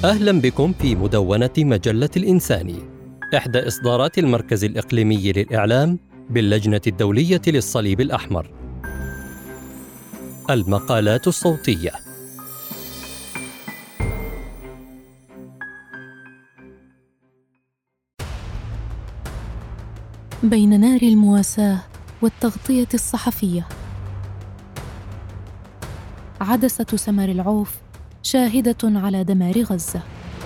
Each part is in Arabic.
أهلا بكم في مدونة مجلة الإنساني، إحدى إصدارات المركز الإقليمي للإعلام باللجنة الدولية للصليب الأحمر. المقالات الصوتية. بين نار المواساة والتغطية الصحفية. عدسة سمر العوف شاهدة على دمار غزة.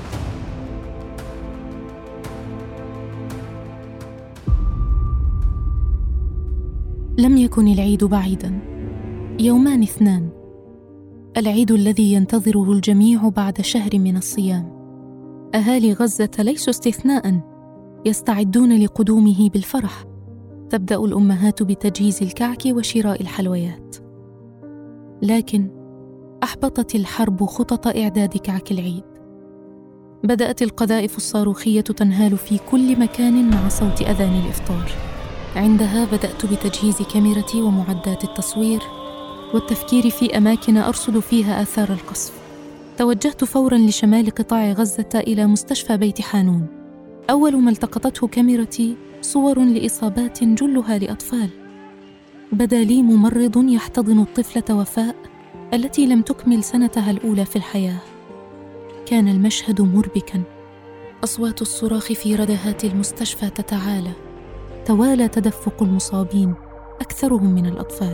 لم يكن العيد بعيداً، يومان اثنان، العيد الذي ينتظره الجميع بعد شهر من الصيام. أهالي غزة ليسوا استثناءً، يستعدون لقدومه بالفرح. تبدأ الأمهات بتجهيز الكعك وشراء الحلويات. لكن أحبطت الحرب خطط إعداد كعك العيد. بدأت القذائف الصاروخية تنهال في كل مكان مع صوت أذان الإفطار. عندها بدأت بتجهيز كاميرتي ومعدات التصوير والتفكير في أماكن أرصد فيها آثار القصف. توجهت فوراً لشمال قطاع غزة إلى مستشفى بيت حانون. أول ما التقطته كاميرتي صور لإصابات جلها لأطفال. بدا لي ممرض يحتضن الطفلة وفاء التي لم تكمل سنتها الأولى في الحياة. كان المشهد مربكاً، أصوات الصراخ في ردهات المستشفى تتعالى. توالى تدفق المصابين، أكثرهم من الأطفال.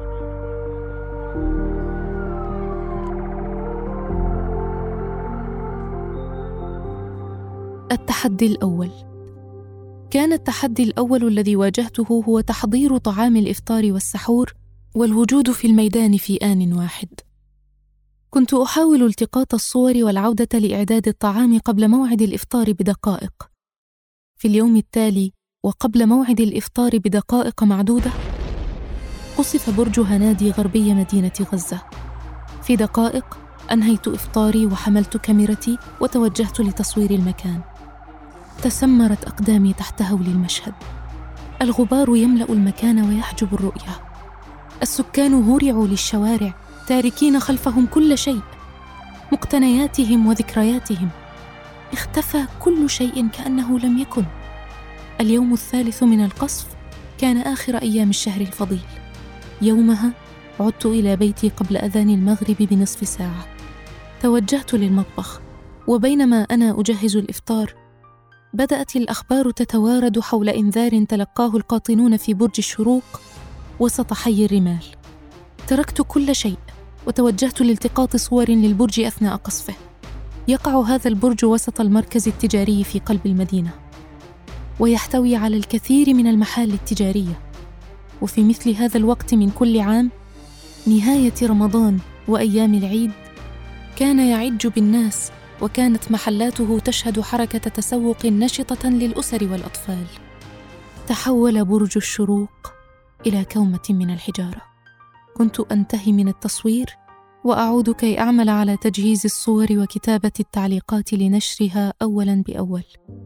التحدي الأول. كان التحدي الأول الذي واجهته هو تحضير طعام الإفطار والسحور والوجود في الميدان في آن واحد. كنت أحاول التقاط الصور والعودة لإعداد الطعام قبل موعد الإفطار بدقائق. في اليوم التالي وقبل موعد الإفطار بدقائق معدودة قصف برج هنادي غربي مدينة غزة. في دقائق أنهيت إفطاري وحملت كاميرتي وتوجهت لتصوير المكان. تسمرت أقدامي تحت هول المشهد. الغبار يملأ المكان ويحجب الرؤية. السكان هرعوا للشوارع تاركين خلفهم كل شيء، مقتنياتهم وذكرياتهم. اختفى كل شيء كأنه لم يكن. اليوم الثالث من القصف كان آخر أيام الشهر الفضيل. يومها عدت إلى بيتي قبل أذان المغرب بنصف ساعة. توجهت للمطبخ، وبينما أنا أجهز الإفطار بدأت الأخبار تتوارد حول إنذار تلقاه القاطنون في برج الشروق وسط حي الرمال. تركت كل شيء وتوجهت لالتقاط صور للبرج أثناء قصفه. يقع هذا البرج وسط المركز التجاري في قلب المدينة، ويحتوي على الكثير من المحال التجارية. وفي مثل هذا الوقت من كل عام، نهاية رمضان وأيام العيد، كان يعج بالناس، وكانت محلاته تشهد حركة تسوق نشطة للأسر والأطفال. تحول برج الشروق إلى كومة من الحجارة. كنت أنتهي من التصوير وأعود كي أعمل على تجهيز الصور وكتابة التعليقات لنشرها أولاً بأول.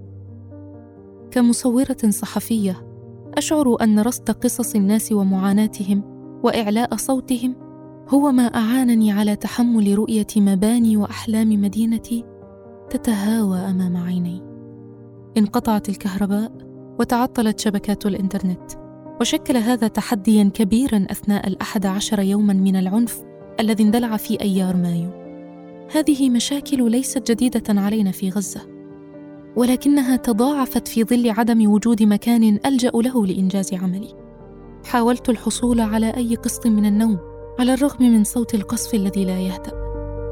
كمصورة صحفية أشعر أن رصد قصص الناس ومعاناتهم وإعلاء صوتهم هو ما أعانني على تحمل رؤية مباني وأحلام مدينتي تتهاوى أمام عيني. انقطعت الكهرباء وتعطلت شبكات الإنترنت، وشكل هذا تحدياً كبيراً أثناء 11 يوماً من العنف الذي اندلع في أيار مايو. هذه مشاكل ليست جديدة علينا في غزة، ولكنها تضاعفت في ظل عدم وجود مكان ألجأ له لإنجاز عملي. حاولت الحصول على أي قسط من النوم على الرغم من صوت القصف الذي لا يهدأ.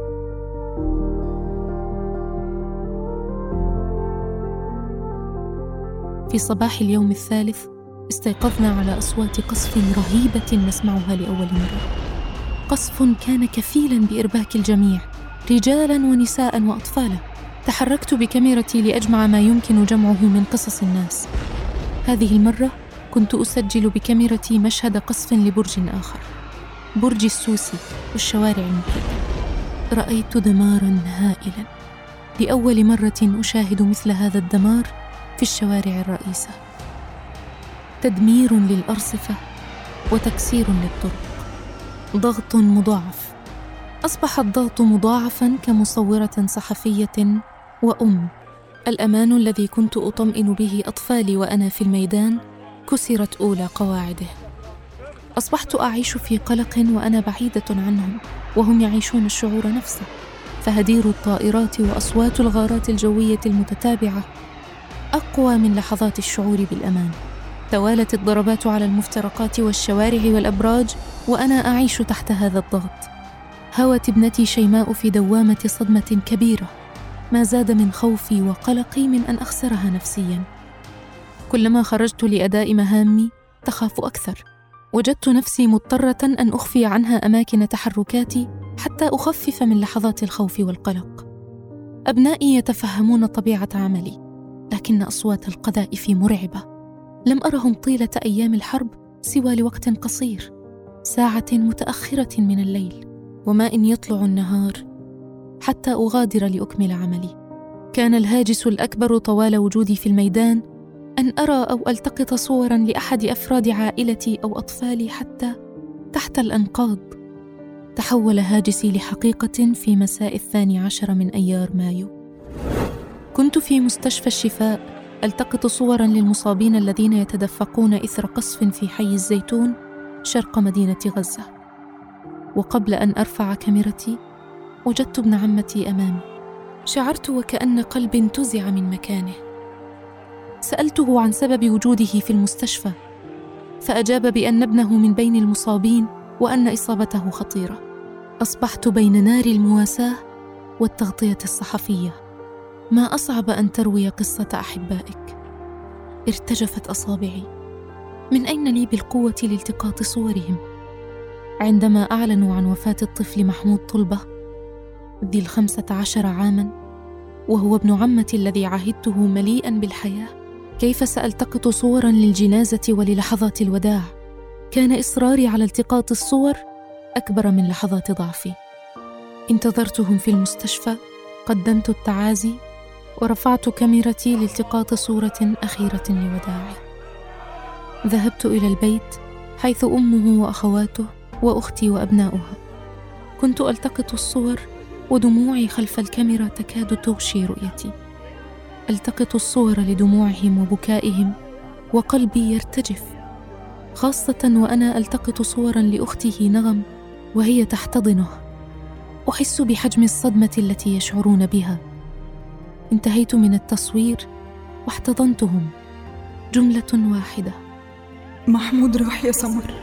في صباح اليوم الثالث استيقظنا على أصوات قصف رهيبة نسمعها لأول مرة. قصف كان كفيلاً بإرباك الجميع، رجالاً ونساء وأطفالاً. تحركت بكاميرتي لأجمع ما يمكن جمعه من قصص الناس. هذه المرة كنت أسجل بكاميرتي مشهد قصف لبرج آخر، برج السوسي والشوارع المحيطة. رأيت دماراً هائلاً. لأول مرة أشاهد مثل هذا الدمار في الشوارع الرئيسة. تدمير للأرصفة وتكسير للطرق، ضغط مضاعف، أصبح الضغط مضاعفاً كمصورة صحفية وأم. الأمان الذي كنت أطمئن به أطفالي وأنا في الميدان كسرت أولى قواعده. أصبحت أعيش في قلق وأنا بعيدة عنهم وهم يعيشون الشعور نفسه، فهدير الطائرات وأصوات الغارات الجوية المتتابعة أقوى من لحظات الشعور بالأمان. توالت الضربات على المفترقات والشوارع والأبراج وأنا أعيش تحت هذا الضغط. هوت ابنتي شيماء في دوامة صدمة كبيرة، ما زاد من خوفي وقلقي من أن أخسرها نفسياً. كلما خرجت لأداء مهامي تخاف أكثر. وجدت نفسي مضطرة أن أخفي عنها أماكن تحركاتي حتى أخفف من لحظات الخوف والقلق. أبنائي يتفهمون طبيعة عملي، لكن أصوات القذائف مرعبة. لم أرهم طيلة أيام الحرب سوى لوقت قصير، ساعة متأخرة من الليل، وما إن يطلع النهار حتى أغادر لأكمل عملي. كان الهاجس الأكبر طوال وجودي في الميدان أن أرى أو ألتقط صوراً لأحد أفراد عائلتي أو أطفالي حتى تحت الأنقاض. تحول هاجسي لحقيقة في مساء 12 من أيار مايو. كنت في مستشفى الشفاء ألتقط صوراً للمصابين الذين يتدفقون إثر قصف في حي الزيتون شرق مدينة غزة. وقبل أن أرفع كاميرتي وجدت ابن عمتي أمامي. شعرت وكأن قلبي انتزع من مكانه. سألته عن سبب وجوده في المستشفى، فأجاب بأن ابنه من بين المصابين وأن إصابته خطيرة. أصبحت بين نار المواساة والتغطية الصحفية. ما أصعب أن تروي قصة أحبائك. ارتجفت أصابعي. من أين لي بالقوة لالتقاط صورهم؟ عندما أعلنوا عن وفاة الطفل محمود طلبة ذي 15 عاماً، وهو ابن عمتي الذي عهدته مليئاً بالحياة، كيف سألتقط صوراً للجنازة وللحظات الوداع؟ كان إصراري على التقاط الصور أكبر من لحظات ضعفي. انتظرتهم في المستشفى، قدمت التعازي ورفعت كاميرتي لالتقاط صورة أخيرة لوداعي. ذهبت إلى البيت حيث أمه وأخواته وأختي وأبناؤها. كنت ألتقط الصور ودموعي خلف الكاميرا تكاد تغشي رؤيتي. ألتقط الصور لدموعهم وبكائهم وقلبي يرتجف، خاصة وأنا ألتقط صورا لأخته نغم وهي تحتضنه. أحس بحجم الصدمة التي يشعرون بها. انتهيت من التصوير واحتضنتهم، جملة واحدة: محمود راح يا سمر.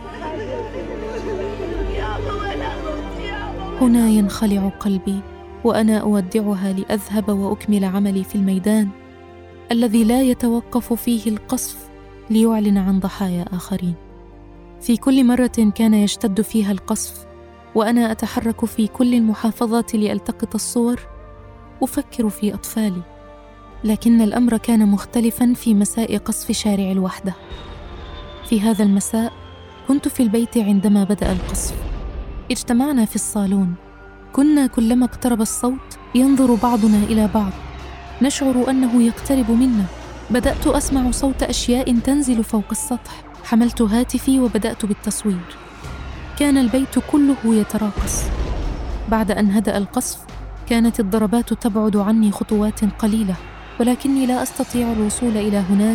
هنا ينخلع قلبي وأنا أودعها لأذهب وأكمل عملي في الميدان الذي لا يتوقف فيه القصف ليعلن عن ضحايا آخرين. في كل مرة كان يشتد فيها القصف وأنا أتحرك في كل المحافظات لألتقط الصور، أفكر في أطفالي. لكن الأمر كان مختلفاً في مساء قصف شارع الوحدة. في هذا المساء كنت في البيت عندما بدأ القصف. اجتمعنا في الصالون. كنا كلما اقترب الصوت ينظر بعضنا إلى بعض، نشعر أنه يقترب منا. بدأت أسمع صوت أشياء تنزل فوق السطح. حملت هاتفي وبدأت بالتصوير. كان البيت كله يتراقص. بعد أن هدأ القصف كانت الضربات تبعد عني خطوات قليلة، ولكني لا أستطيع الوصول إلى هناك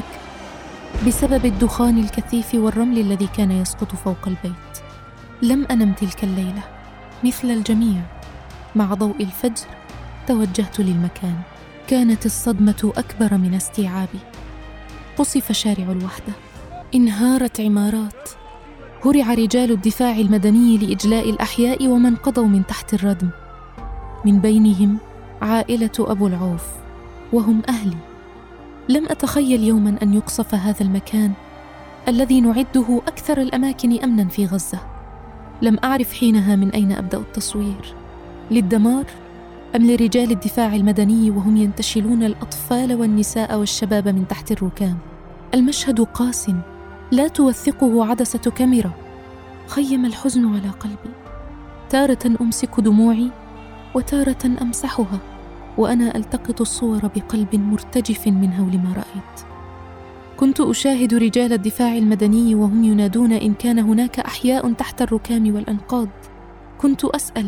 بسبب الدخان الكثيف والرمل الذي كان يسقط فوق البيت. لم أنم تلك الليلة. مثل الجميع مع ضوء الفجر توجهت للمكان. كانت الصدمة أكبر من استيعابي. قصف شارع الوحدة، انهارت عمارات، هرع رجال الدفاع المدني لإجلاء الأحياء ومن قضوا من تحت الردم، من بينهم عائلة أبو العوف وهم أهلي. لم أتخيل يوما أن يقصف هذا المكان الذي نعده أكثر الأماكن أمنا في غزة. لم أعرف حينها من أين أبدأ التصوير، للدمار أم لرجال الدفاع المدني وهم ينتشلون الأطفال والنساء والشباب من تحت الركام. المشهد قاس لا توثقه عدسة كاميرا. خيم الحزن على قلبي. تارة أمسك دموعي وتارة أمسحها وأنا ألتقط الصور بقلب مرتجف من هول ما رأيت. كنت أشاهد رجال الدفاع المدني وهم ينادون إن كان هناك أحياء تحت الركام والأنقاض. كنت أسأل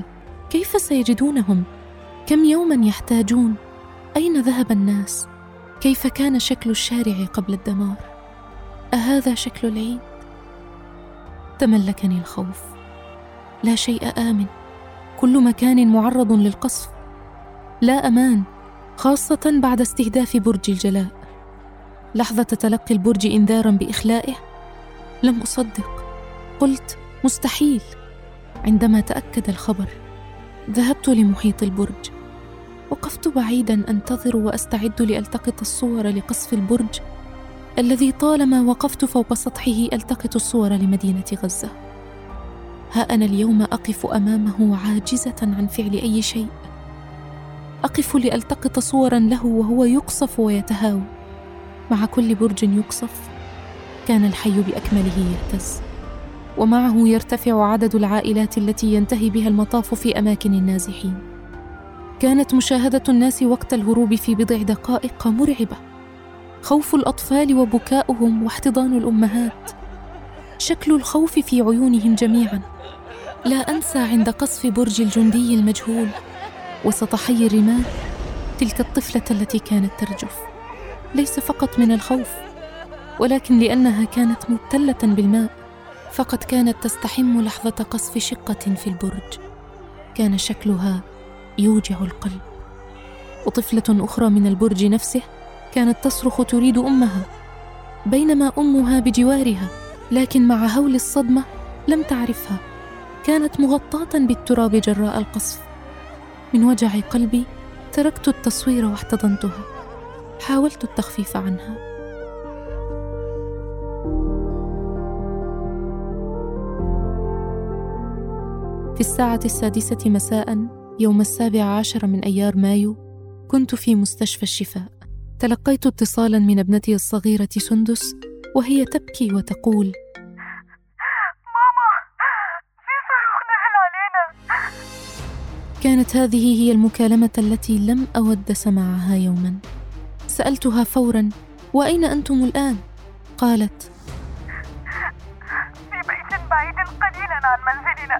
كيف سيجدونهم؟ كم يوما يحتاجون؟ أين ذهب الناس؟ كيف كان شكل الشارع قبل الدمار؟ أهذا شكل العيد؟ تملكني الخوف. لا شيء آمن، كل مكان معرض للقصف، لا أمان، خاصة بعد استهداف برج الجلاء. لحظة تلقي البرج إنذاراً بإخلائه لم أصدق، قلت مستحيل. عندما تأكد الخبر ذهبت لمحيط البرج، وقفت بعيداً أنتظر وأستعد لألتقط الصور لقصف البرج الذي طالما وقفت فوق سطحه ألتقط الصور لمدينة غزة. ها أنا اليوم أقف أمامه عاجزة عن فعل أي شيء، أقف لألتقط صوراً له وهو يقصف ويتهاوى. مع كل برج يقصف كان الحي بأكمله يهتز، ومعه يرتفع عدد العائلات التي ينتهي بها المطاف في أماكن النازحين. كانت مشاهدة الناس وقت الهروب في بضع دقائق مرعبة، خوف الأطفال وبكاؤهم واحتضان الأمهات، شكل الخوف في عيونهم جميعاً. لا أنسى عند قصف برج الجندي المجهول وسط حي الرمال تلك الطفلة التي كانت ترجف، ليس فقط من الخوف، ولكن لأنها كانت مبتلة بالماء، فقد كانت تستحم لحظة قصف شقة في البرج. كان شكلها يوجع القلب. وطفلة أخرى من البرج نفسه كانت تصرخ تريد أمها، بينما أمها بجوارها، لكن مع هول الصدمة لم تعرفها، كانت مغطاة بالتراب جراء القصف. من وجع قلبي تركت التصوير واحتضنتها، حاولت التخفيف عنها. في 6:00 مساء يوم 17 من أيار مايو كنت في مستشفى الشفاء. تلقيت اتصالاً من ابنتي الصغيرة سندس وهي تبكي وتقول: ماما، في صاروخ نزل علينا. كانت هذه هي المكالمة التي لم أود سماعها يوماً. سألتها فوراً: وأين أنتم الآن؟ قالت: في بيت بعيد قليلاً عن منزلنا.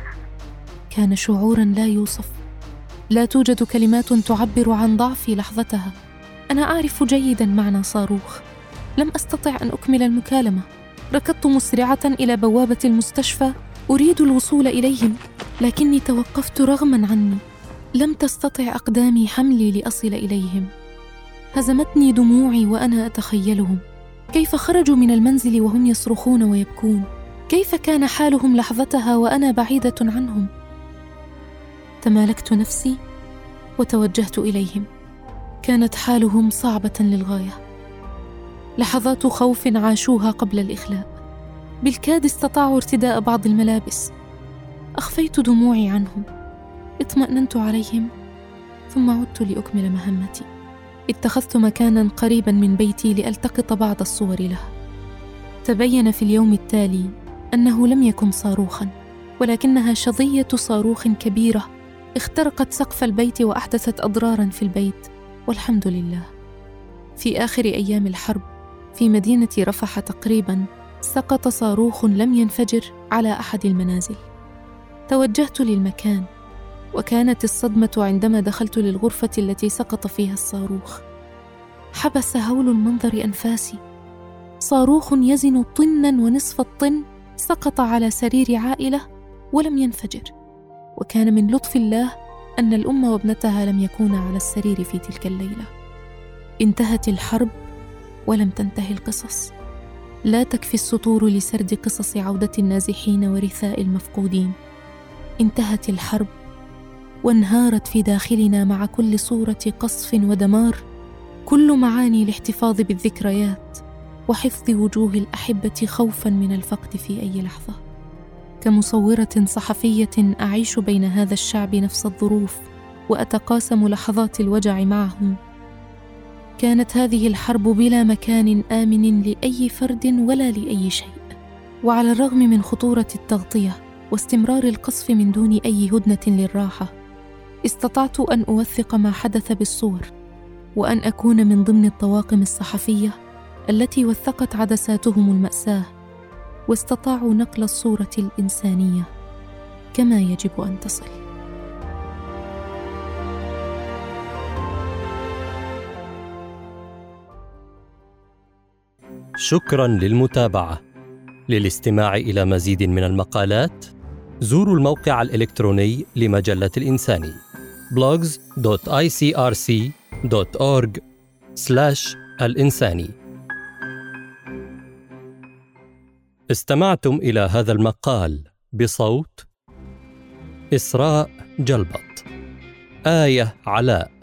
كان شعوراً لا يوصف. لا توجد كلمات تعبر عن ضعفي لحظتها. أنا أعرف جيداً معنى صاروخ. لم أستطع أن أكمل المكالمة. ركضت مسرعة إلى بوابة المستشفى أريد الوصول إليهم، لكني توقفت رغماً عني. لم تستطع أقدامي حملي لأصل إليهم. هزمتني دموعي وأنا أتخيلهم، كيف خرجوا من المنزل وهم يصرخون ويبكون، كيف كان حالهم لحظتها وأنا بعيدة عنهم. تمالكت نفسي وتوجهت إليهم. كانت حالهم صعبة للغاية، لحظات خوف عاشوها قبل الإخلاء. بالكاد استطاعوا ارتداء بعض الملابس. أخفيت دموعي عنهم، اطمأننت عليهم، ثم عدت لأكمل مهمتي. اتخذت مكاناً قريباً من بيتي لألتقط بعض الصور لها. تبين في اليوم التالي أنه لم يكن صاروخاً، ولكنها شظية صاروخ كبيرة اخترقت سقف البيت وأحدثت أضراراً في البيت، والحمد لله. في آخر أيام الحرب في مدينة رفح تقريباً سقط صاروخ لم ينفجر على أحد المنازل. توجهت للمكان، وكانت الصدمة عندما دخلت للغرفة التي سقط فيها الصاروخ. حبس هول المنظر أنفاسي. صاروخ يزن طناً ونصف الطن سقط على سرير عائلة ولم ينفجر، وكان من لطف الله أن الأم وابنتها لم يكونا على السرير في تلك الليلة. انتهت الحرب ولم تنتهي القصص. لا تكفي السطور لسرد قصص عودة النازحين ورثاء المفقودين. انتهت الحرب وانهارت في داخلنا مع كل صورة قصف ودمار كل معاني الاحتفاظ بالذكريات وحفظ وجوه الأحبة خوفاً من الفقد في أي لحظة. كمصورة صحفية أعيش بين هذا الشعب نفس الظروف وأتقاسم لحظات الوجع معهم. كانت هذه الحرب بلا مكان آمن لأي فرد ولا لأي شيء، وعلى الرغم من خطورة التغطية واستمرار القصف من دون أي هدنة للراحة، استطعت أن أوثق ما حدث بالصور، وأن أكون من ضمن الطواقم الصحفية التي وثقت عدساتهم المأساة، واستطاعوا نقل الصورة الإنسانية كما يجب أن تصل. شكراً للمتابعة. للاستماع إلى مزيد من المقالات زوروا الموقع الإلكتروني لمجلة الإنساني blogs.icrc.org/الإنساني. استمعتم إلى هذا المقال بصوت إسراء جلبط، آية علاء،